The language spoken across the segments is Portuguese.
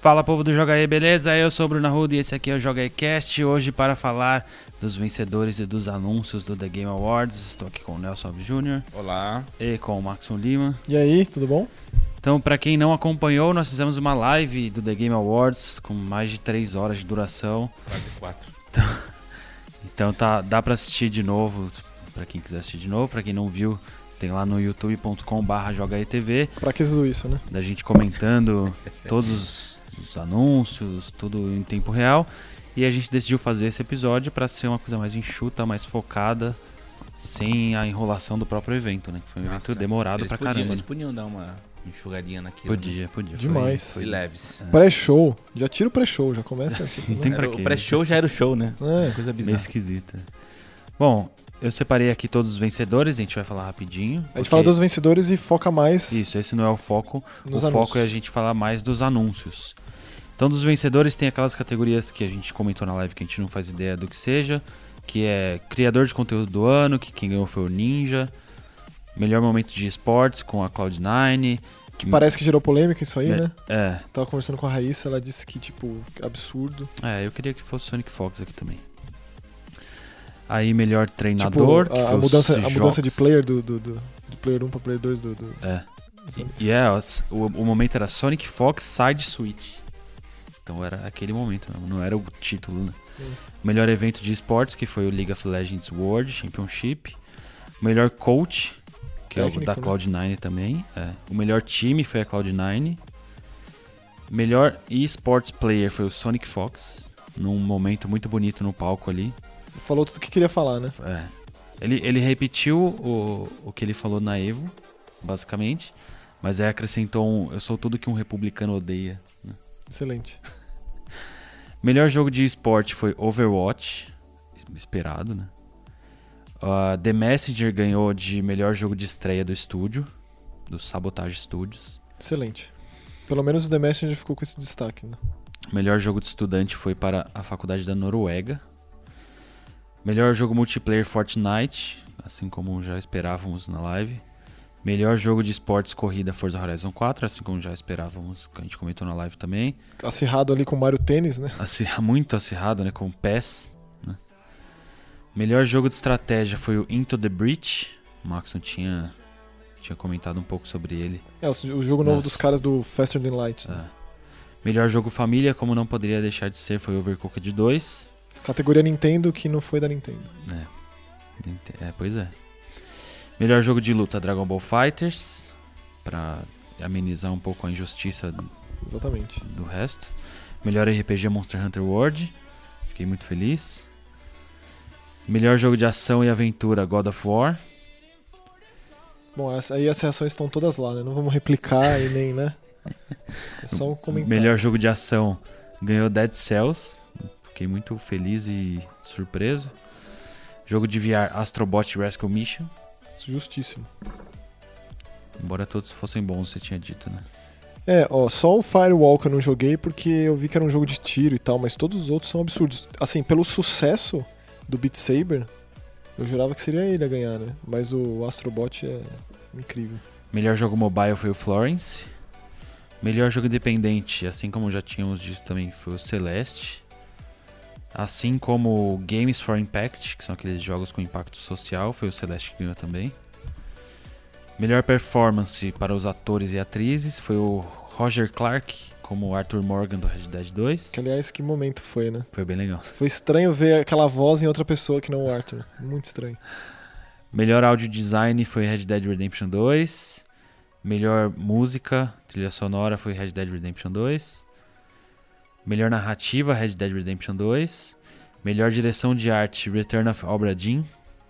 Fala, povo do Joga aí, beleza? Eu sou o Bruno Arruda e esse aqui é o Joga aí Cast. Hoje para falar dos vencedores e dos anúncios do The Game Awards. Estou aqui com o Nelson Alves Jr. Olá. E com o Maxon Lima. E aí, tudo bom? Então, para quem não acompanhou, nós fizemos uma live do The Game Awards com mais de 3 horas de duração. Quase 4. Então dá para assistir de novo, para quem quiser assistir de novo. Para quem não viu, tem lá no youtube.com/jogaetv. Pra que tudo isso, né? Da gente comentando todos os anúncios, tudo em tempo real. E a gente decidiu fazer esse episódio para ser uma coisa mais enxuta, mais focada, sem a enrolação do próprio evento, né? Foi um evento demorado pra caramba. Eles podiam dar uma enxugadinha naquilo. Podia. Demais. Foi leves. Pré-show. Já tira o pré-show, já começa assim. Não tem pra quê. O pré-show já era o show, né? É. Coisa Meio bizarra. esquisita. Bom, eu separei aqui todos os vencedores, a gente vai falar rapidinho. A gente fala dos vencedores e foca mais Isso, esse não é o foco. nos O anúncios. foco é a gente falar mais dos anúncios. Então, dos vencedores tem aquelas categorias que a gente comentou na live que a gente não faz ideia do que seja, que é criador de conteúdo do ano, que quem ganhou foi o Ninja, melhor momento de esportes com a Cloud9. Que parece que gerou polêmica isso aí, né? É, Tava conversando com a Raíssa, ela disse que, tipo, absurdo. eu queria que fosse Sonic Fox aqui também. Aí, melhor treinador, Tipo, que foi a mudança Sejox. de player do player 1 pra player 2 do O momento era Sonic Fox Side Switch. Então era aquele momento mesmo, não era o título, né? Melhor evento de esportes, que foi o League of Legends World Championship. Melhor coach, que é o Técnico, da né? Cloud9 também. O melhor time foi a Cloud9. Melhor esports player foi o Sonic Fox, num momento muito bonito no palco ali. Falou tudo o que queria falar, né? Ele repetiu o que ele falou na Evo, basicamente, mas aí acrescentou eu sou tudo que um republicano odeia. Né? Excelente. Melhor jogo de esporte foi Overwatch, esperado, né? The Messenger ganhou de melhor jogo de estreia do estúdio, do Sabotage Studios. Excelente. Pelo menos o The Messenger ficou com esse destaque, né? Melhor jogo de estudante foi para a Faculdade da Noruega. Melhor jogo multiplayer Fortnite, assim como já esperávamos na live. Melhor jogo de esportes corrida Forza Horizon 4, assim como já esperávamos, que a gente comentou na live também. Acirrado ali com o Mario Tênis, né? Muito acirrado, né, com o PES. Né? Melhor jogo de estratégia foi o Into the Breach. O Maxon tinha comentado um pouco sobre ele. O jogo novo dos caras do Faster Than Light. Né? Melhor jogo família, como não poderia deixar de ser, foi Overcooked 2. Categoria Nintendo que não foi da Nintendo. Pois é. Melhor jogo de luta, Dragon Ball FighterZ, pra amenizar um pouco a injustiça Exatamente. do resto. Melhor RPG, Monster Hunter World, fiquei muito feliz. Melhor jogo de ação e aventura, God of War. Bom, aí as reações estão todas lá, né? Não vamos replicar e nem, né? É só um comentário. Melhor jogo de ação ganhou Dead Cells, fiquei muito feliz e surpreso. Jogo de VR, Astro Bot Rescue Mission. Justíssimo. Embora todos fossem bons, você tinha dito, né? Só o Firewall que eu não joguei porque eu vi que era um jogo de tiro e tal, mas todos os outros são absurdos. Assim, pelo sucesso do Beat Saber, eu jurava que seria ele a ganhar, né? Mas o Astrobot é incrível. Melhor jogo mobile foi o Florence. Melhor jogo independente, assim como já tínhamos dito também, foi o Celeste. Assim como Games for Impact, que são aqueles jogos com impacto social, foi o Celeste que ganhou também. Melhor performance para os atores e atrizes foi o Roger Clark, como o Arthur Morgan do Red Dead 2. Que, aliás, que momento foi, né? Foi bem legal. Foi estranho ver aquela voz em outra pessoa que não o Arthur. Muito estranho. Melhor audio design foi Red Dead Redemption 2. Melhor música, trilha sonora foi Red Dead Redemption 2. Melhor narrativa, Red Dead Redemption 2. Melhor direção de arte, Return of Obra Dinn.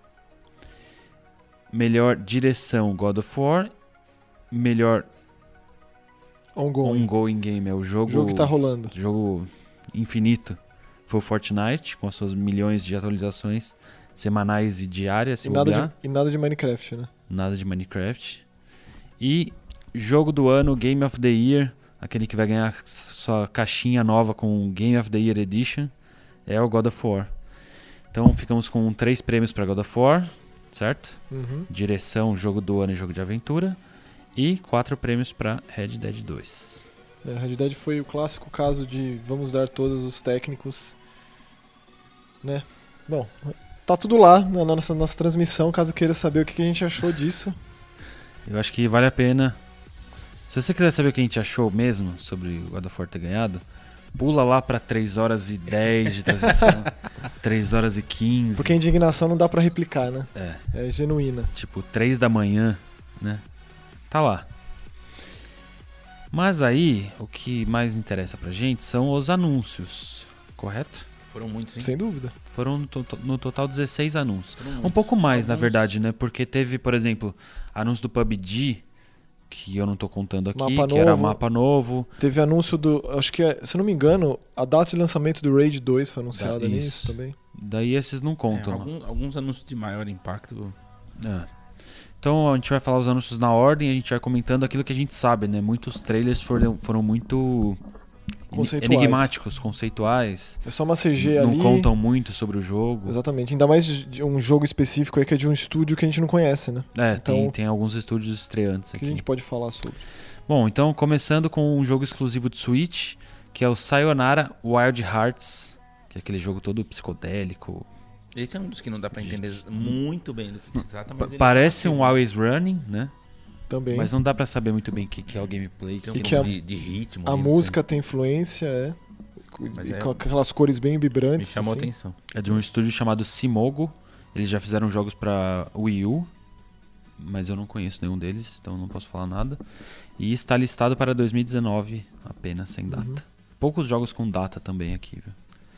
Melhor direção, God of War. Melhor ongoing game, é o jogo que tá rolando. Jogo infinito. Foi o Fortnite, com as suas milhões de atualizações semanais e diárias. E nada de Minecraft, né? Nada de Minecraft. E jogo do ano, Game of the Year, aquele que vai ganhar sua caixinha nova com Game of the Year Edition, é o God of War. Então ficamos com 3 prêmios para God of War, certo? Uhum. Direção, jogo do ano e jogo de aventura. E 4 prêmios para Red Dead 2. Red Dead foi o clássico caso de vamos dar todos os técnicos, né? Bom, tá tudo lá na nossa transmissão, caso queira saber o que a gente achou disso. Eu acho que vale a pena. Se você quiser saber o que a gente achou mesmo sobre o God of War ter ganhado, pula lá pra 3 horas e 10 de transmissão, 3 horas e 15. Porque a indignação não dá pra replicar, né? É. É genuína. Tipo, 3 da manhã, né? Tá lá. Mas aí, o que mais interessa pra gente são os anúncios, correto? Foram muitos, hein? Sem dúvida. Foram no total 16 anúncios. Foram Um muitos. pouco mais, na Alguns- verdade, né? Porque teve, por exemplo, anúncio do PUBG, que eu não tô contando aqui, Mapa que era novo. mapa novo. Teve anúncio do... Acho que, se eu não me engano, a data de lançamento do Raid 2 foi anunciada Isso. nisso também. Daí esses não contam. Alguns anúncios de maior impacto. É. Então a gente vai falar os anúncios na ordem e a gente vai comentando aquilo que a gente sabe, né? Muitos trailers foram muito Conceituais. enigmáticos, conceituais. É só uma CG Não ali. contam muito sobre o jogo. Exatamente. Ainda mais de um jogo específico aí que é de um estúdio que a gente não conhece, né? É, Então- tem alguns estúdios estreantes O que aqui. a gente pode falar sobre? Bom, então começando com um jogo exclusivo de Switch, que é o Sayonara Wild Hearts, que é aquele jogo todo psicodélico. Esse é um dos que não dá pra entender muito bem do que se trata, mas ele Parece é um Always Running, né? Também. Mas não dá pra saber muito bem o que é o gameplay. Tem um E pouco que a- de ritmo. A aí, não música tem influência, Mas E é- com aquelas cores bem sei. Me vibrantes. chamou a assim. atenção. É de um estúdio chamado Simogo. Eles já fizeram jogos pra Wii U, mas eu não conheço nenhum deles, então não posso falar nada. E está listado para 2019, apenas sem data. Poucos jogos com data também aqui, viu?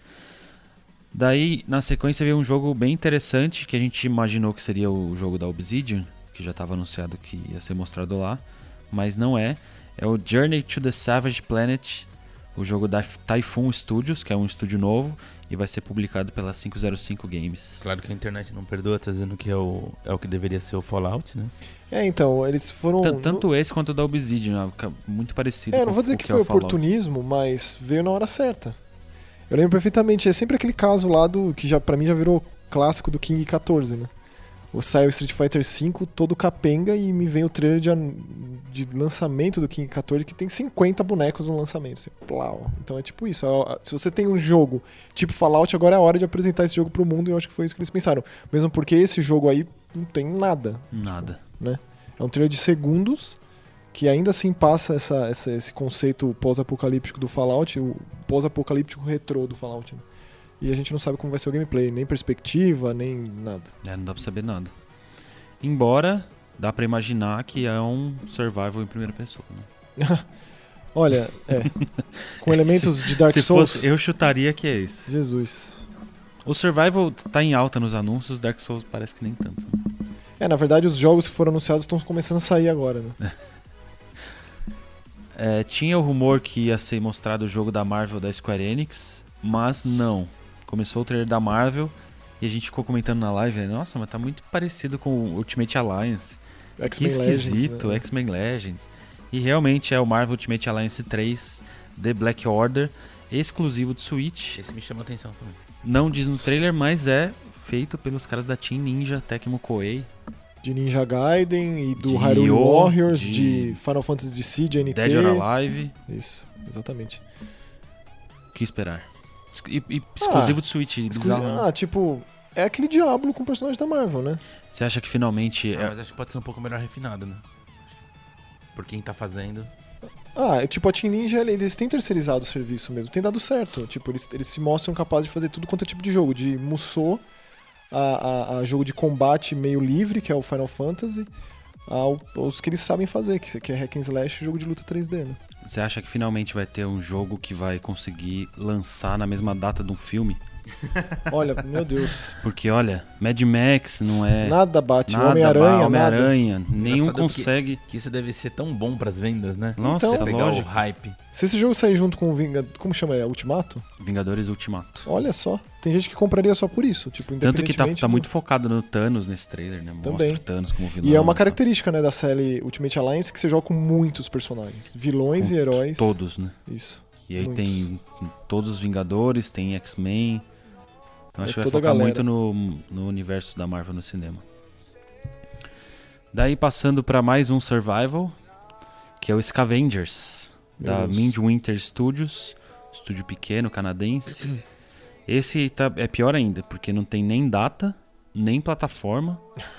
Daí, na sequência, veio um jogo bem interessante, que a gente imaginou que seria o jogo da Obsidian, que já estava anunciado que ia ser mostrado lá, mas não é. É o Journey to the Savage Planet, o jogo da Typhoon Studios, que é um estúdio novo, e vai ser publicado pela 505 Games. Claro que a internet não perdoa, tá dizendo que é o que deveria ser o Fallout, né? Então, eles foram... Tanto esse quanto o da Obsidian, muito parecido. não com vou dizer o que é foi o Fallout. oportunismo, mas veio na hora certa. Eu lembro perfeitamente, é sempre aquele caso lá do que já pra mim já virou clássico do King 14, né? Sai o Street Fighter V todo capenga e me vem o trailer de lançamento do King 14 que tem 50 bonecos no lançamento. Assim, plau. Então é tipo isso. Se você tem um jogo tipo Fallout, agora é a hora de apresentar esse jogo pro mundo e eu acho que foi isso que eles pensaram. Mesmo porque esse jogo aí não tem nada. Nada. É um trailer de segundos que ainda assim passa esse conceito pós-apocalíptico do Fallout, o pós-apocalíptico retrô do Fallout. Né? E a gente não sabe como vai ser o gameplay, nem perspectiva, nem nada. Não dá pra saber nada. Embora, dá pra imaginar que é um survival em primeira pessoa, né? Olha, com elementos de Dark Se Souls. fosse, eu chutaria que é isso. Jesus. O survival tá em alta nos anúncios, Dark Souls parece que nem tanto. Né? Na verdade, os jogos que foram anunciados estão começando a sair agora, né? Tinha o rumor que ia ser mostrado o jogo da Marvel da Square Enix, mas não. Começou o trailer da Marvel e a gente ficou comentando na live, nossa, mas tá muito parecido com o Ultimate Alliance. Que X-Men esquisito, Legends, né? X-Men Legends. E realmente é o Marvel Ultimate Alliance 3 The Black Order, exclusivo de Switch. Esse me chamou a atenção também. Não diz no trailer, mas é feito pelos caras da Team Ninja, Tecmo Koei, De Ninja Gaiden e do De Hyrule Yu, Warriors, de de Final Fantasy DC, de NT. Dead or Alive. Isso, exatamente. O que esperar? E exclusivo de Switch, bizarro. Tipo, é aquele Diablo com personagem da Marvel, né? Você acha que finalmente... Mas acho que pode ser um pouco melhor refinado, né? Por quem tá fazendo. Tipo, a Team Ninja, eles têm terceirizado o serviço mesmo, tem dado certo. Tipo, eles se mostram capazes de fazer tudo quanto é tipo de jogo, de Musou a jogo de combate meio livre, que é o Final Fantasy, aos que eles sabem fazer, que é hack and slash e jogo de luta 3D, né? Você acha que finalmente vai ter um jogo que vai conseguir lançar na mesma data de um filme? Olha, meu Deus. Porque, olha, Mad Max não é... Nada bate. nada Homem-Aranha, Homem-Aranha, nenhum Engraçado consegue... Que isso deve ser tão bom pras vendas, né? Nossa, Então- Você pegar lógico. o hype. Se esse jogo sair junto com o Como chama? Ultimato? Vingadores Ultimato. Olha só. Tem gente que compraria só por isso. Tipo, Tanto que tá independentemente muito focado no Thanos nesse trailer, né? Mostra Também. o Thanos como vilão. E é uma característica, né, da série Ultimate Alliance que você joga com muitos personagens. Vilões Com e heróis. Todos, né? Isso. E aí Muitos. tem todos os Vingadores, tem X-Men. Eu acho que vai toda a focar galera. muito no universo da Marvel no cinema. Daí passando pra mais um survival, que é o Scavengers. da Deus. Midwinter Studios, estúdio pequeno, canadense. Esse é pior ainda, porque não tem nem data, nem plataforma.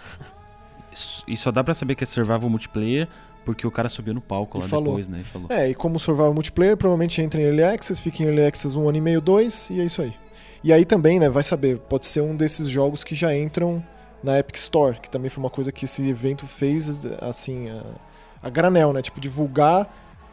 E só dá pra saber que é survival multiplayer porque o cara subiu no palco E lá falou. depois, né? E falou. E como survival multiplayer, provavelmente entra em Early Access, fica em Early Access 1 ano e meio, 2, e é isso aí. E aí também, né, vai saber, pode ser um desses jogos que já entram na Epic Store, que também foi uma coisa que esse evento fez, assim, a granel, né? Tipo, divulgar,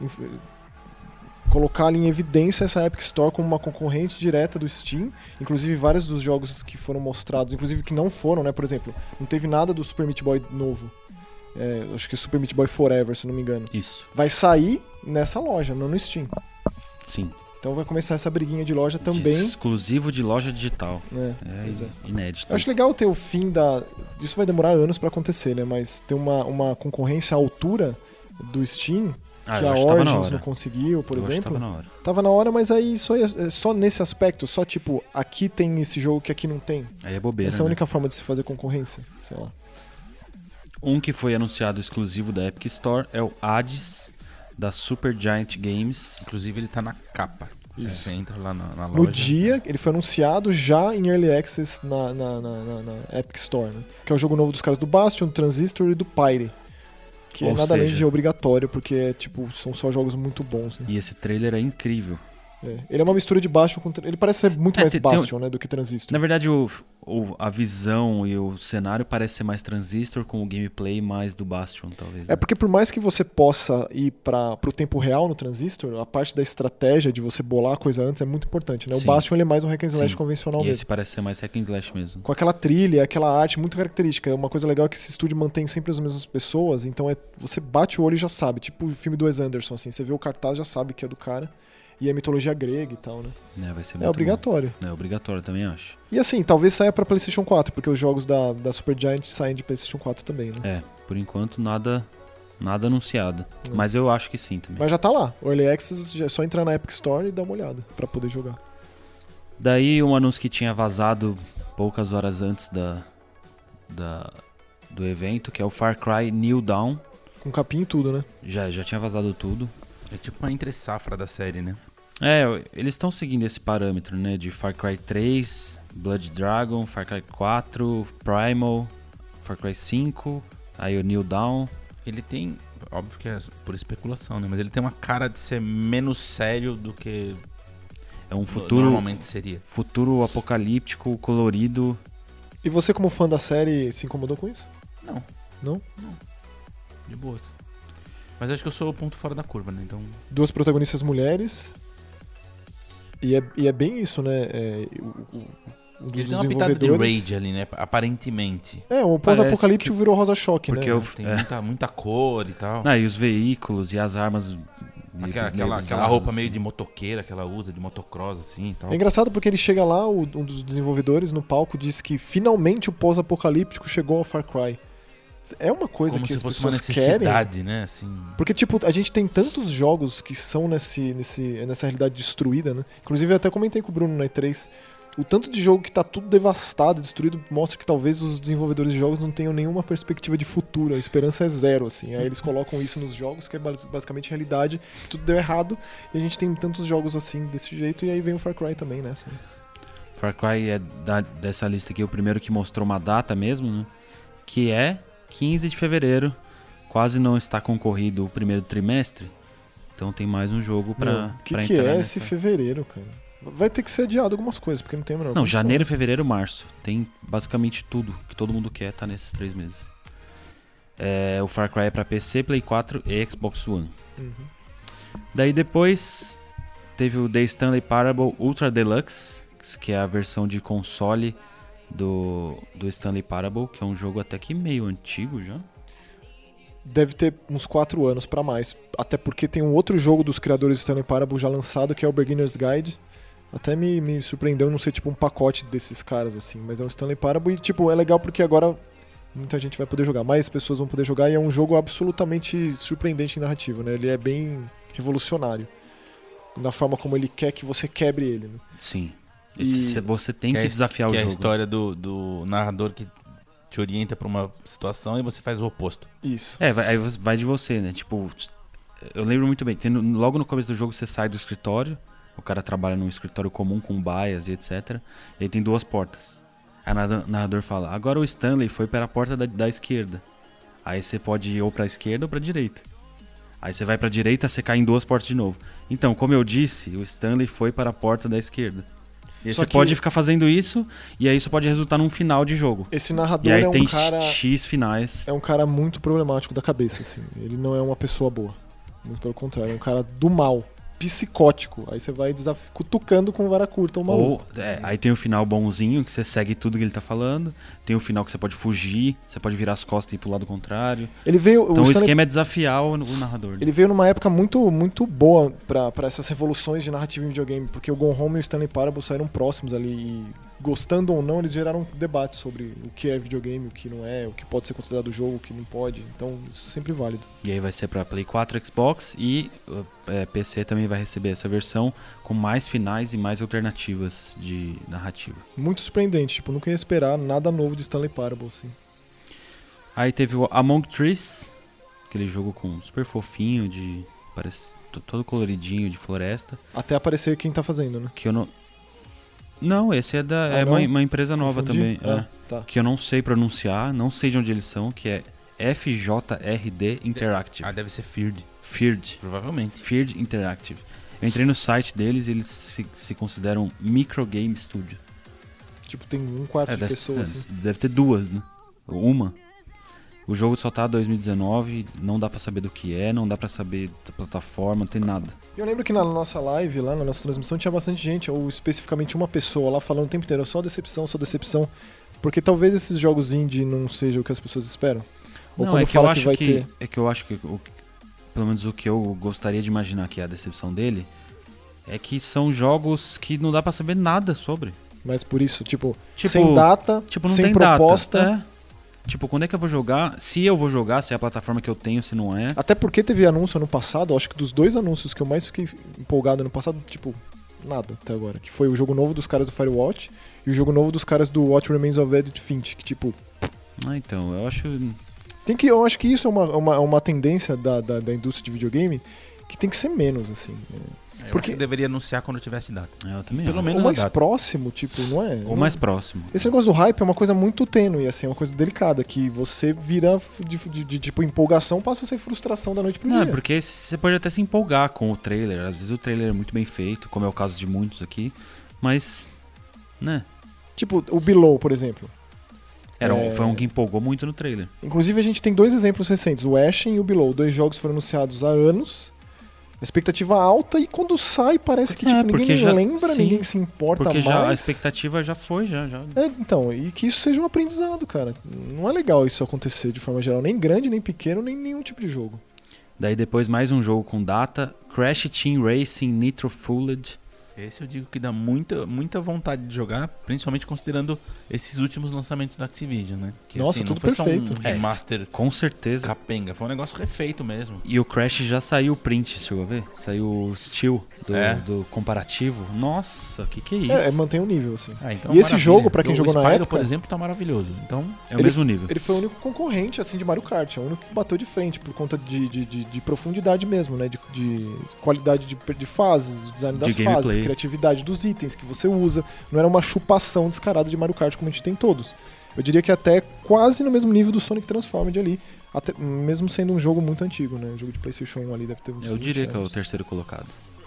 colocar ali em evidência essa Epic Store como uma concorrente direta do Steam. Inclusive, vários dos jogos que foram mostrados, inclusive que não foram, né? Por exemplo, não teve nada do Super Meat Boy novo. Acho que é Super Meat Boy Forever, se não me engano. Isso, Vai sair nessa loja, não no Steam. sim. Então vai começar essa briguinha de loja também. Exclusivo de loja digital. Pois é. Inédito. Eu acho legal ter o fim da... Isso vai demorar anos pra acontecer, né? Mas ter uma concorrência à altura do Steam, que eu a acho que tava na Origins hora. não conseguiu, por Eu acho que exemplo. tava na hora. Tava na hora, mas aí só nesse aspecto, só tipo, aqui tem esse jogo que aqui não tem. Aí é bobeira, Essa é a né? única forma de se fazer concorrência, sei lá. Um que foi anunciado exclusivo da Epic Store é o Hades, da Supergiant Games. Inclusive ele tá na capa. Isso. Você entra lá na loja. No dia, ele foi anunciado já em Early Access na Epic Store, né? Que é o jogo novo dos caras do Bastion, do Transistor e do Pyre. Que é Ou nada além seja- de obrigatório, porque são só jogos muito bons, né? E esse trailer é incrível. Ele é uma mistura de Bastion com... Ele parece ser muito mais tem Bastion, né, do que Transistor. Na verdade, a visão e o cenário parece ser mais Transistor, com o gameplay mais do Bastion, talvez. É né? porque por mais que você possa ir pro tempo real no Transistor, a parte da estratégia de você bolar a coisa antes é muito importante, né? O Sim. Bastion ele é mais um hack and slash Sim. convencional E mesmo. esse parece ser mais hack and slash mesmo. Com aquela trilha, aquela arte muito característica. Uma coisa legal é que esse estúdio mantém sempre as mesmas pessoas, então você bate o olho e já sabe. Tipo o filme do Wes Anderson, assim, você vê o cartaz já sabe que é do cara. E é mitologia grega e tal, né? Vai ser muito É obrigatório. bom. É obrigatório, também acho. E assim, talvez saia pra PlayStation 4, porque os jogos da Supergiant saem de PlayStation 4 também, né? Por enquanto nada anunciado. Mas eu acho que sim também. Mas já tá lá. O Early Access já é só entrar na Epic Store e dar uma olhada pra poder jogar. Daí um anúncio que tinha vazado poucas horas antes do evento, que é o Far Cry New Dawn. Com capinha e tudo, né? Já tinha vazado tudo. É tipo uma entre-safra da série, né? Eles estão seguindo esse parâmetro, né? De Far Cry 3, Blood Dragon, Far Cry 4, Primal, Far Cry 5, aí o New Dawn. Ele tem, óbvio que é por especulação, né? Mas ele tem uma cara de ser menos sério do que É um futuro, normalmente seria. futuro apocalíptico, colorido. E você, como fã da série, se incomodou com isso? Não. Não? De boas. Mas acho que eu sou o ponto fora da curva, né? Então. 2 protagonistas mulheres. E é bem isso, né? Um dos Ele tem uma pitada de desenvolvedores... rage ali, né? Aparentemente. O pós-apocalíptico virou Rosa Choque, porque né? eu- Tem muita cor e tal. E os veículos e as armas. meio Aquela bizarras, roupa assim. meio de motoqueira que ela usa, de motocross, assim e tal. É engraçado porque ele chega lá, um dos desenvolvedores no palco diz que finalmente o pós-apocalíptico chegou ao Far Cry. É uma coisa Como que se as fosse uma pessoas querem. necessidade, né? Assim. Porque, tipo, a gente tem tantos jogos que são nessa realidade destruída, né? Inclusive, eu até comentei com o Bruno na E3. O tanto de jogo que tá tudo devastado, destruído, mostra que talvez os desenvolvedores de jogos não tenham nenhuma perspectiva de futuro. A esperança é zero, assim. Aí eles colocam isso nos jogos, que é basicamente realidade, que tudo deu errado. E a gente tem tantos jogos assim, desse jeito. E aí vem o Far Cry também, né? Assim. Far Cry é dessa lista aqui o primeiro que mostrou uma data mesmo, né? Que é 15 de fevereiro. Quase não está concorrido o primeiro trimestre. Então tem mais um jogo pra O que entrar é nessa. esse fevereiro, cara? Vai ter que ser adiado algumas coisas, porque não tem a menor Não, condição. janeiro, fevereiro, março. Tem basicamente tudo que todo mundo quer tá nesses 3 meses. O Far Cry é pra PC, Play 4 e Xbox One. Uhum. Daí depois teve o The Stanley Parable Ultra Deluxe, que é a versão de console do Stanley Parable, que é um jogo até que meio antigo já. Deve ter uns 4 anos pra mais. Até porque tem um outro jogo dos criadores de Stanley Parable já lançado, que é o Beginner's Guide. Até me surpreendeu não ser tipo um pacote desses caras, assim. Mas é um Stanley Parable e, tipo, é legal porque agora muita gente vai poder jogar. Mais pessoas vão poder jogar e é um jogo absolutamente surpreendente em narrativa, né? Ele é bem revolucionário. Na forma como ele quer que você quebre ele, né? Sim. E- Você tem que desafiar o Que é a jogo. história do narrador que te orienta pra uma situação e você faz o oposto. Isso. Aí vai de você, né? Tipo, Eu lembro muito bem. Logo no começo do jogo você sai do escritório. O cara trabalha num escritório comum com baias e etc. E aí tem 2 portas. Aí o narrador fala, agora o Stanley foi para a porta da esquerda. Aí você pode ir ou para a esquerda ou para a direita. Aí você vai para a direita, você cai em 2 portas de novo. Então, como eu disse, o Stanley foi para a porta da esquerda. E aí você pode ficar fazendo isso, e aí isso pode resultar num final de jogo. Esse narrador e aí é tem um cara... X finais. É um cara muito problemático da cabeça, assim. Ele não é uma pessoa boa. Muito pelo contrário, é um cara do mal. Psicótico. Aí você vai cutucando com vara curta o maluco. Aí tem o final bonzinho, que você segue tudo que ele tá falando. Tem o final que você pode fugir, você pode virar as costas e ir pro lado contrário. Então o esquema é desafiar o narrador. Ele veio numa época muito, muito boa pra essas revoluções de narrativa em videogame, porque o Gone Home e o Stanley Parable saíram próximos ali e, gostando ou não, eles geraram um debate sobre o que é videogame, o que não é, o que pode ser considerado jogo, o que não pode. Então isso é sempre válido. E aí vai ser pra Play 4, Xbox e PC também vai receber essa versão com mais finais e mais alternativas de narrativa. Muito surpreendente, tipo, nunca ia esperar nada novo de Stanley Parable, assim. Aí teve o Among Trees, aquele jogo super fofinho, parece todo coloridinho, de floresta. Até aparecer quem tá fazendo, né? Que eu não... Não, esse é uma empresa nova também. Tá. Que eu não sei pronunciar, não sei de onde eles são, que é FJRD Interactive. Deve ser Feared. Feared. Provavelmente. Feared Interactive. Eu entrei no site deles e eles se consideram microgame studio. Tipo, tem um quarto de pessoas. Assim. Deve ter 2, né? Uma. O jogo só tá 2019, não dá pra saber do que é, não dá pra saber da plataforma, não tem nada. Eu lembro que na nossa live, lá na nossa transmissão, tinha bastante gente, ou especificamente uma pessoa lá falando o tempo inteiro, só decepção. Porque talvez esses jogos indie não sejam o que as pessoas esperam. Ou não, quando fala que vai ter... É que eu acho que, pelo menos o que eu gostaria de imaginar que é a decepção dele, é que são jogos que não dá pra saber nada sobre. Mas por isso, tipo sem data, não sem tem proposta... Data, Tipo, quando é que eu vou jogar? Se eu vou jogar, se é a plataforma que eu tenho, se não é. Até porque teve anúncio ano passado, acho que dos 2 anúncios que eu mais fiquei empolgado ano passado, tipo, nada até agora. Que foi o jogo novo dos caras do Firewatch e o jogo novo dos caras do What Remains of Edith Finch, que tipo... Então, eu acho... Eu acho que isso é uma tendência da indústria de videogame que tem que ser menos, assim. Porque deveria anunciar quando tivesse data. Eu também. Pelo menos o mais próximo, tipo, não é? Ou mais próximo. Esse negócio do hype é uma coisa muito tênue, assim, é uma coisa delicada, que você vira de tipo empolgação, passa a ser frustração da noite pro dia. Não, porque você pode até se empolgar com o trailer. Às vezes o trailer é muito bem feito, como é o caso de muitos aqui, mas, né? Tipo, o Below, por exemplo. Foi um que empolgou muito no trailer. Inclusive a gente tem 2 exemplos recentes, o Ashen e o Below, 2 jogos foram anunciados há anos. Expectativa alta e quando sai parece que tipo, ninguém lembra, sim, ninguém se importa porque mais. A expectativa já foi, já. Então, e que isso seja um aprendizado, cara. Não é legal isso acontecer de forma geral, nem grande, nem pequeno, nem nenhum tipo de jogo. Daí depois mais um jogo com data, Crash Team Racing Nitro Fueled. Esse eu digo que dá muita vontade de jogar, principalmente considerando esses últimos lançamentos da Activision, né? Que, nossa, assim, tudo não foi perfeito. Só um remaster com certeza. Capenga, foi um negócio refeito mesmo. E o Crash já saiu o print, chegou a ver? Saiu o Steel do comparativo. Nossa, que é isso? Mantém o nível, assim. Então, e esse jogo, pra quem jogou na época... por exemplo, tá maravilhoso. Então, é o mesmo nível. Ele foi o único concorrente, assim, de Mario Kart. É o único que bateu de frente, por conta de profundidade mesmo, né? De qualidade de fases, design das fases, criatividade dos itens que você usa. Não era uma chupação descarada de Mario Kart como a gente tem todos. Eu diria que até quase no mesmo nível do Sonic Transformed ali, até, mesmo sendo um jogo muito antigo, né? O jogo de PlayStation 1 ali deve ter uns Eu diria que é o terceiro colocado.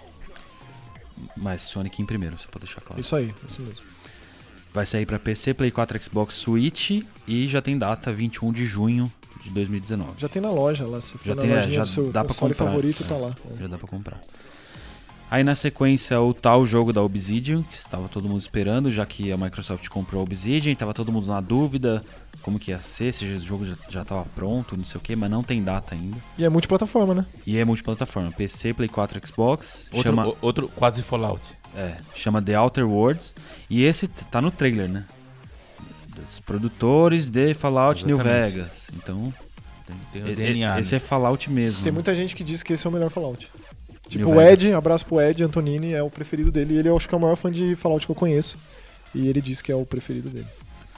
Mas Sonic em primeiro, só pra deixar claro. Isso aí, isso mesmo. Vai sair pra PC, Play 4, Xbox, Switch e já tem data 21 de junho de 2019. Já tem na loja lá, se for já na tem, lojinha já do seu dá pra console comprar, favorito, tá lá. Já dá pra comprar. Aí na sequência o tal jogo da Obsidian, que estava todo mundo esperando, já que a Microsoft comprou a Obsidian, estava todo mundo na dúvida como que ia ser, se o jogo já estava pronto, não sei o que, mas não tem data ainda. E é multiplataforma, né? E é multiplataforma, PC, Play 4, Xbox. Outro quase Fallout. Chama The Outer Worlds, e esse tá no trailer, né? Dos produtores de Fallout New Vegas. Então, tem o DNA, esse é Fallout mesmo. Tem muita gente que diz que esse é o melhor Fallout. Tipo, o Ed, abraço pro Ed Antonini, é o preferido dele. E ele eu acho que é o maior fã de Fallout que eu conheço. E ele diz que é o preferido dele.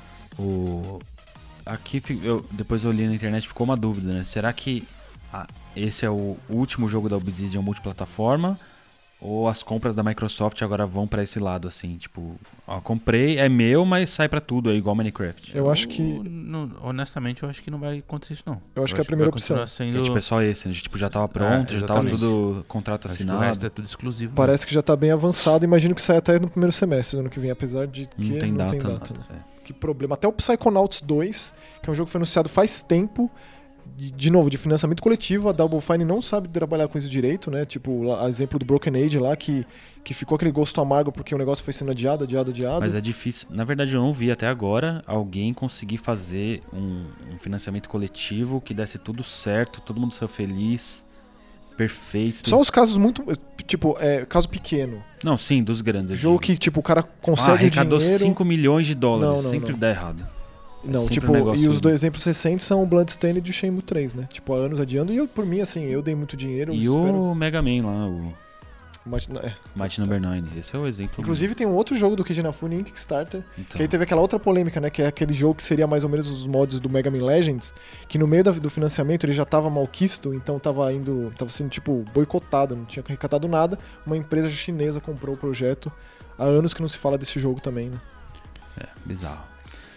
Aqui, depois eu li na internet, ficou uma dúvida, né? Será que esse é o último jogo da Obsidian multiplataforma, ou as compras da Microsoft agora vão pra esse lado, assim, tipo, ó, comprei, é meu, mas sai pra tudo, é igual Minecraft. Eu acho que... honestamente, eu acho que não vai acontecer isso, não. Eu acho que é a primeira opção. Sendo... Tipo, é só esse, né? Tipo, já tava pronto, já tava tudo contrato assinado. O resto é tudo exclusivo. Parece que já tá bem avançado, imagino que sai até no primeiro semestre do ano que vem, apesar de que não tem data, né? Que problema. Até o Psychonauts 2, que é um jogo que foi anunciado faz tempo, de novo, de financiamento coletivo, a Double Fine não sabe trabalhar com isso direito, né? Tipo, a exemplo do Broken Age lá, que ficou aquele gosto amargo porque o negócio foi sendo adiado. Mas é difícil. Na verdade, eu não vi até agora alguém conseguir fazer um financiamento coletivo que desse tudo certo, todo mundo saiu feliz, perfeito. Só os casos muito... Tipo, caso pequeno. Não, sim, dos grandes. Jogo que, tipo, o cara consegue arrecadou dinheiro... 5 milhões de dólares, Não, sempre dá errado. Não, tipo, e os dois exemplos recentes são o Bloodstained e o Shenmue 3, né? Tipo, há anos adiando. E eu, por mim, assim, eu dei muito dinheiro. E o Mega Man lá, o Mighty Number 9. Esse é o exemplo. Inclusive, tem um outro jogo do Keiji Inafune em Kickstarter, que aí teve aquela outra polêmica, né? Que é aquele jogo que seria mais ou menos os mods do Mega Man Legends, que no meio do financiamento ele já tava malquisto, então tava sendo, tipo, boicotado, não tinha arrecadado nada. Uma empresa chinesa comprou o projeto. Há anos que não se fala desse jogo também, né? Bizarro.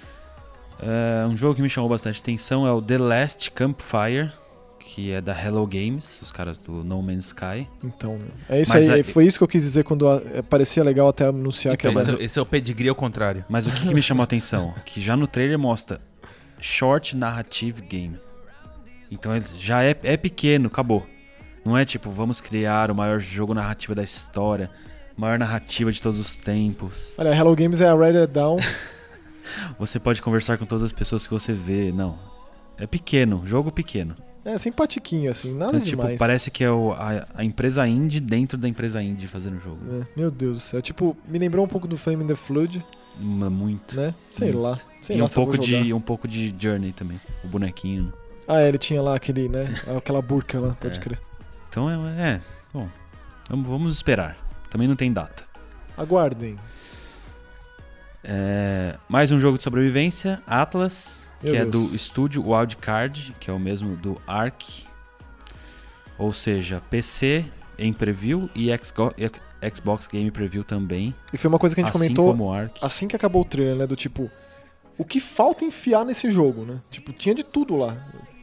Um jogo que me chamou bastante atenção é o The Last Campfire, que é da Hello Games, os caras do No Man's Sky. Então, é isso aí. Foi isso que eu quis dizer quando parecia legal até anunciar que esse é o pedigree ao contrário. Mas o que me chamou a atenção? Que já no trailer mostra Short Narrative Game. Então ele já é pequeno, acabou. Não é tipo, vamos criar o maior jogo narrativo da história, maior narrativa de todos os tempos. Olha, a Hello Games é a Red Dead Down. Você pode conversar com todas as pessoas que você vê. Não. É pequeno, jogo pequeno. É simpatiquinho, assim, nada então, demais. Tipo, parece que é a empresa indie dentro da empresa indie fazendo o jogo. Meu Deus do céu. Tipo, me lembrou um pouco do Flame in the Flood. Muito. Né? Sei lá. E um pouco de Journey também. O bonequinho. Ele tinha lá aquele, né? Aquela burca lá, pode crer. Então bom, vamos esperar. Também não tem data. Aguardem. Mais um jogo de sobrevivência, Atlas, Meu que Deus. é do estúdio Wildcard, que é o mesmo do Ark. Ou seja, PC em preview e Xbox Game Preview também. E foi uma coisa que a gente comentou como Ark. assim que acabou o trailer, né? Do tipo, o que falta enfiar nesse jogo, né? Tipo, tinha de tudo lá.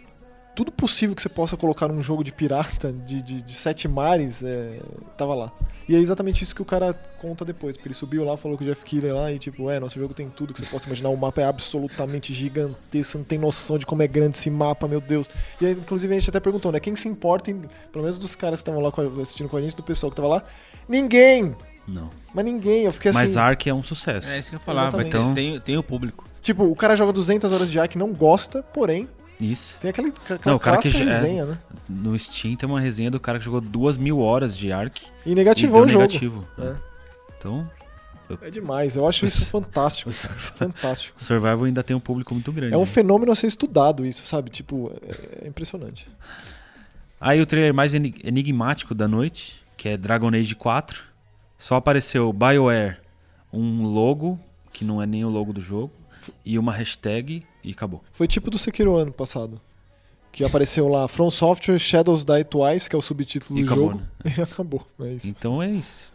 Tudo possível que você possa colocar num jogo de pirata, de 7 mares, tava lá. E é exatamente isso que o cara conta depois, porque ele subiu lá, falou com o Jeff Keighley lá e tipo, nosso jogo tem tudo que você possa imaginar, o mapa é absolutamente gigantesco, você não tem noção de como é grande esse mapa, meu Deus. E aí, inclusive, a gente até perguntou, né, quem se importa, pelo menos dos caras que estavam lá assistindo com a gente, do pessoal que tava lá, ninguém! Não. Mas ninguém, eu fiquei assim... Mas Ark é um sucesso. É isso que eu ia falar, tem o público. Tipo, o cara joga 200 horas de Ark, não gosta, porém... Isso. Tem aquela o cara que resenha, né? No Steam tem uma resenha do cara que jogou 2.000 horas de Ark. E negativou o jogo. Negativo. Então... É demais, eu acho isso fantástico. Fantástico. O Survival ainda tem um público muito grande. É um fenômeno a ser estudado isso, sabe? Tipo, é impressionante. Aí o trailer mais enigmático da noite, que é Dragon Age 4. Só apareceu BioWare, um logo, que não é nem o logo do jogo, e uma hashtag e acabou. Foi tipo do Sekiro ano passado. Que apareceu lá, From Software Shadows Die Twice, que é o subtítulo do jogo. Né? E acabou, é isso. Então é isso.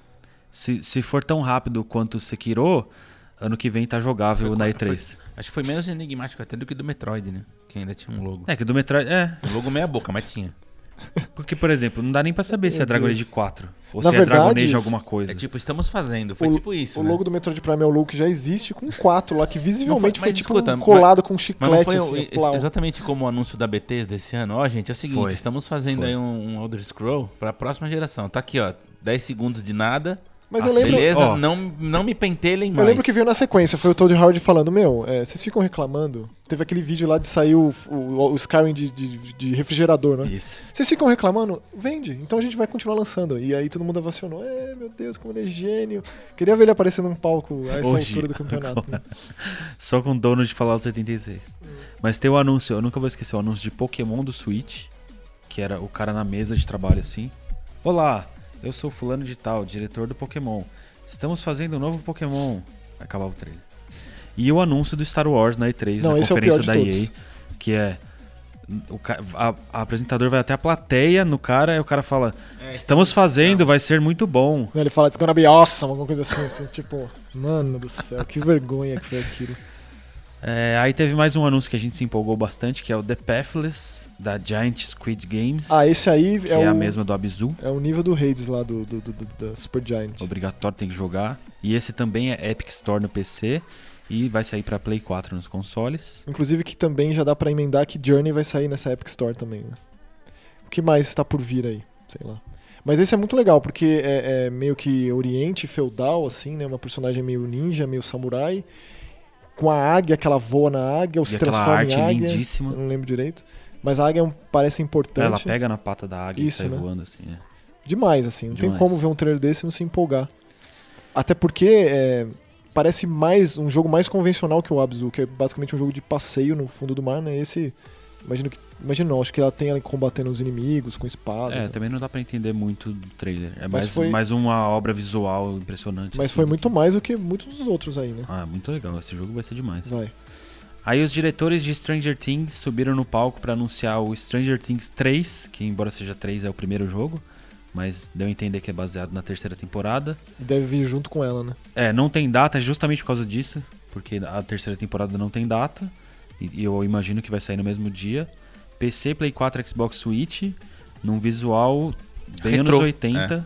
Se for tão rápido quanto o Sekiro, ano que vem tá jogável na E3. Acho que foi menos enigmático até do que do Metroid, né? Que ainda tinha um logo. Que do Metroid... Um logo meia boca, mas tinha. Porque, por exemplo, não dá nem pra saber se é Dragon Age 4 ou Na se verdade, é Dragon Age alguma coisa. É tipo, estamos fazendo. Foi tipo isso, O né? logo do Metroid Prime é o logo que já existe, com 4 lá, que visivelmente foi tipo escuta, colado com chiclete. Mas não foi assim, exatamente como o anúncio da Bethesda desse ano. Gente, é o seguinte, estamos fazendo aí um Elder Scroll pra próxima geração. Tá aqui, 10 segundos de nada. Mas eu lembro... Beleza, não me pentelem mais. Eu lembro que veio na sequência, foi o Todd Howard falando, vocês ficam reclamando, teve aquele vídeo lá de sair o Skyrim de refrigerador, né? Isso. Vocês ficam reclamando? Vende, então a gente vai continuar lançando. E aí todo mundo ovacionou, meu Deus, como ele é gênio. Queria ver ele aparecendo num palco a essa altura do campeonato. Né? Só com o dono de Fallout 76. Mas tem o anúncio, eu nunca vou esquecer o anúncio de Pokémon do Switch, que era o cara na mesa de trabalho assim. Olá! Eu sou fulano de tal, diretor do Pokémon. Estamos fazendo um novo Pokémon. Acabava o trailer. E o anúncio do Star Wars na E3, na conferência da EA, que é A apresentador vai até a plateia no cara e o cara fala: estamos fazendo, vai ser muito bom. Ele fala, it's gonna be awesome, alguma coisa assim, tipo, mano do céu, que vergonha que foi aquilo. Aí teve mais um anúncio que a gente se empolgou bastante, que é o The Pathless, da Giant Squid Games. Esse aí que é a mesma do Abzu. É o nível do Hades lá, da Super Giant. Obrigatório, tem que jogar. E esse também é Epic Store no PC e vai sair pra Play 4 nos consoles. Inclusive que também já dá pra emendar que Journey vai sair nessa Epic Store também, né? O que mais está por vir aí? Sei lá. Mas esse é muito legal, porque é meio que oriente feudal, assim, né? Uma personagem meio ninja, meio samurai. Com a águia, que ela voa na águia, ou se transforma em águia. Lindíssima. Eu não lembro direito. Mas a águia parece importante. Ela pega na pata da águia Isso, e sai né? voando, assim. Demais, assim. Não tem como ver um trailer desse e não se empolgar. Até porque parece mais um jogo mais convencional que o Abzu, que é basicamente um jogo de passeio no fundo do mar, né? Esse... Imagino, acho que ela tem ela combatendo os inimigos com espada. Também não dá pra entender muito do trailer. É mais uma obra visual impressionante. Mas assim, foi muito mais do que muitos dos outros aí, né? Muito legal. Esse jogo vai ser demais. Vai. Aí os diretores de Stranger Things subiram no palco pra anunciar o Stranger Things 3, que embora seja 3 é o primeiro jogo, mas deu a entender que é baseado na terceira temporada. E deve vir junto com ela, né? Não tem data justamente por causa disso, porque a terceira temporada não tem data. E eu imagino que vai sair no mesmo dia. PC, Play 4, Xbox Switch, num visual bem Retro, anos 80,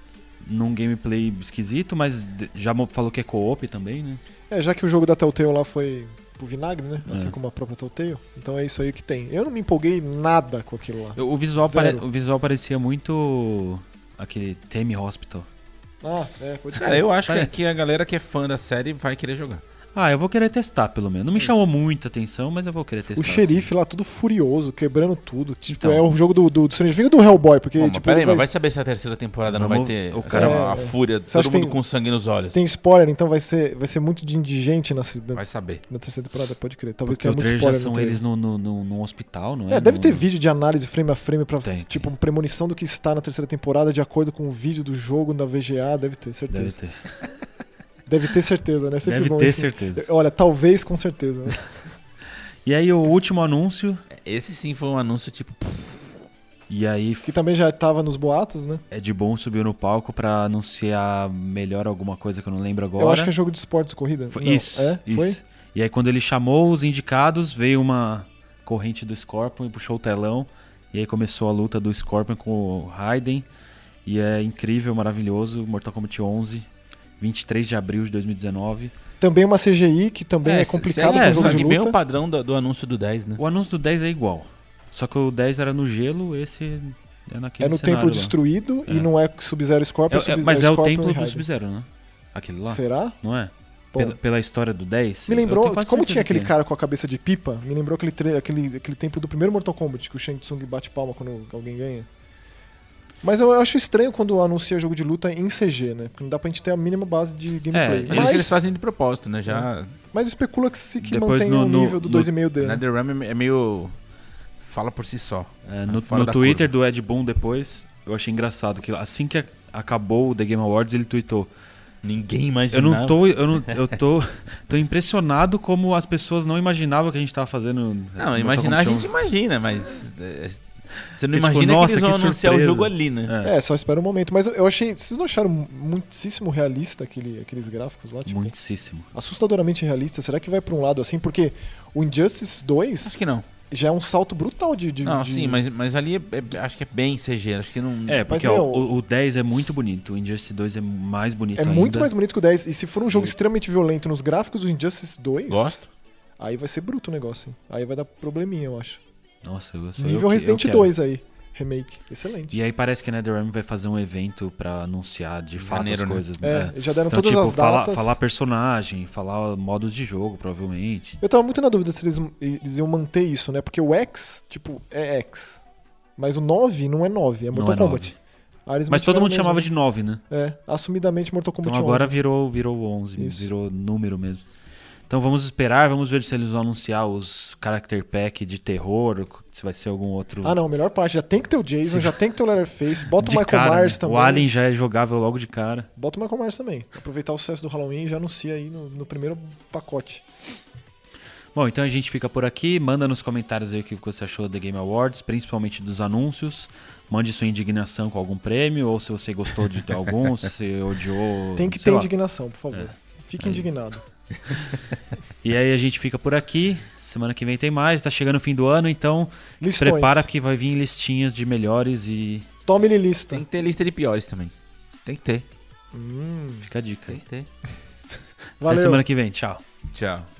num gameplay esquisito, mas já falou que é co-op também, né? Já que o jogo da Telltale lá foi pro vinagre, né? Assim como a própria Telltale. Então é isso aí que tem. Eu não me empolguei nada com aquilo lá. O visual parecia muito aquele Theme Hospital. Pode ser. Cara, eu acho que a galera que é fã da série vai querer jogar. Eu vou querer testar, pelo menos. Não me chamou muita atenção, mas eu vou querer testar. O xerife lá, tudo furioso, quebrando tudo. Tipo, então, é o jogo do Stranger Things do Hellboy, porque... Mas peraí, mas vai saber se a terceira temporada não vai ter a fúria, todo mundo com sangue nos olhos. Tem spoiler, então vai ser muito de indigente vai saber. Na terceira temporada, pode crer. Talvez porque tenha muito spoiler. Já são eles no hospital, não é? Deve ter vídeo de análise frame a frame pra, tem. Uma premonição do que está na terceira temporada de acordo com o vídeo do jogo da VGA, deve ter, certeza. Deve ter certeza, né? Deve ter certeza. Olha, talvez com certeza. Né? E aí o último anúncio... Esse sim foi um anúncio tipo... E aí... Que também já tava nos boatos, né? Ed Boon subiu no palco pra anunciar melhor alguma coisa que eu não lembro agora. Eu acho que é jogo de esportes corrida. Isso. Foi? E aí quando ele chamou os indicados, veio uma corrente do Scorpion e puxou o telão. E aí começou a luta do Scorpion com o Raiden. E é incrível, maravilhoso. Mortal Kombat 11... 23 de abril de 2019. Também uma CGI, que também é complicado com o jogo de luta. Bem o padrão do anúncio do 10, né? O anúncio do 10 é igual. Só que o 10 era no gelo, esse é naquele no templo lá. Destruído e não é Sub-Zero Scorpion, Sub-Zero mas Scorpion o templo do Sub-Zero, né? Aquele lá. Será? Não é? Pela história do 10. Me lembrou, como tinha aquele cara com a cabeça de pipa, me lembrou aquele templo do primeiro Mortal Kombat, que o Shang Tsung bate palma quando alguém ganha. Mas eu acho estranho quando anuncia jogo de luta em CG, né? Porque não dá pra gente ter a mínima base de gameplay. Mas eles fazem de propósito, né? Mas especula que mantém o nível do 2,5D. NetherRealm é meio... Fala por si só. No Twitter do Ed Boon depois, eu achei engraçado que assim que acabou o The Game Awards, ele tweetou: ninguém imaginava. Eu tô impressionado como as pessoas não imaginavam que a gente tava fazendo... Não, imaginar a gente imagina, mas... Você não imagina que eles vão anunciar o jogo ali, né? Só espera um momento. Mas eu achei... Vocês não acharam muitíssimo realista aqueles gráficos lá? Tipo, muitíssimo. Assustadoramente realista. Será que vai pra um lado assim? Porque o Injustice 2... Acho que não. Já é um salto brutal de... Não, sim, mas ali acho que é bem CG. Acho que não... Porque o 10 é muito bonito. O Injustice 2 é mais bonito ainda. É muito mais bonito que o 10. E se for um jogo extremamente violento nos gráficos do Injustice 2... Gosto. Aí vai ser bruto o negócio. Aí vai dar probleminha, eu acho. Nossa, nível Resident 2 aí, remake, excelente. E aí parece que a NetherRealm vai fazer um evento pra anunciar de fato as coisas. Né? Já deram então, todas as datas. Falar personagem, falar modos de jogo, provavelmente. Eu tava muito na dúvida se eles iam manter isso, né? Porque o X, é X. Mas o 9 não é 9, é Mortal Kombat. Mas todo mundo chamava de 9, né? Assumidamente Mortal Kombat 11. Então agora virou 11, isso. Virou número mesmo. Então vamos esperar, vamos ver se eles vão anunciar os Character Pack de terror, se vai ser algum outro... não, melhor parte, já tem que ter o Jason, já tem que ter o Leatherface, bota o Michael Myers também. O Alien já é jogável logo de cara. Bota o Michael Myers também, aproveitar o sucesso do Halloween e já anuncia aí no primeiro pacote. Bom, então a gente fica por aqui. Manda nos comentários aí o que você achou da Game Awards, principalmente dos anúncios. Mande sua indignação com algum prêmio, ou se você gostou de algum, se você odiou... Tem que ter indignação, por favor. Fique indignado. E aí a gente fica por aqui. Semana que vem tem mais. Tá chegando o fim do ano, então Listões. Prepara que vai vir listinhas de melhores e... Tome-lhe lista. Tem que ter lista de piores também. Tem que ter. Fica a dica aí. Tem que ter. Valeu. Até semana que vem. Tchau. Tchau.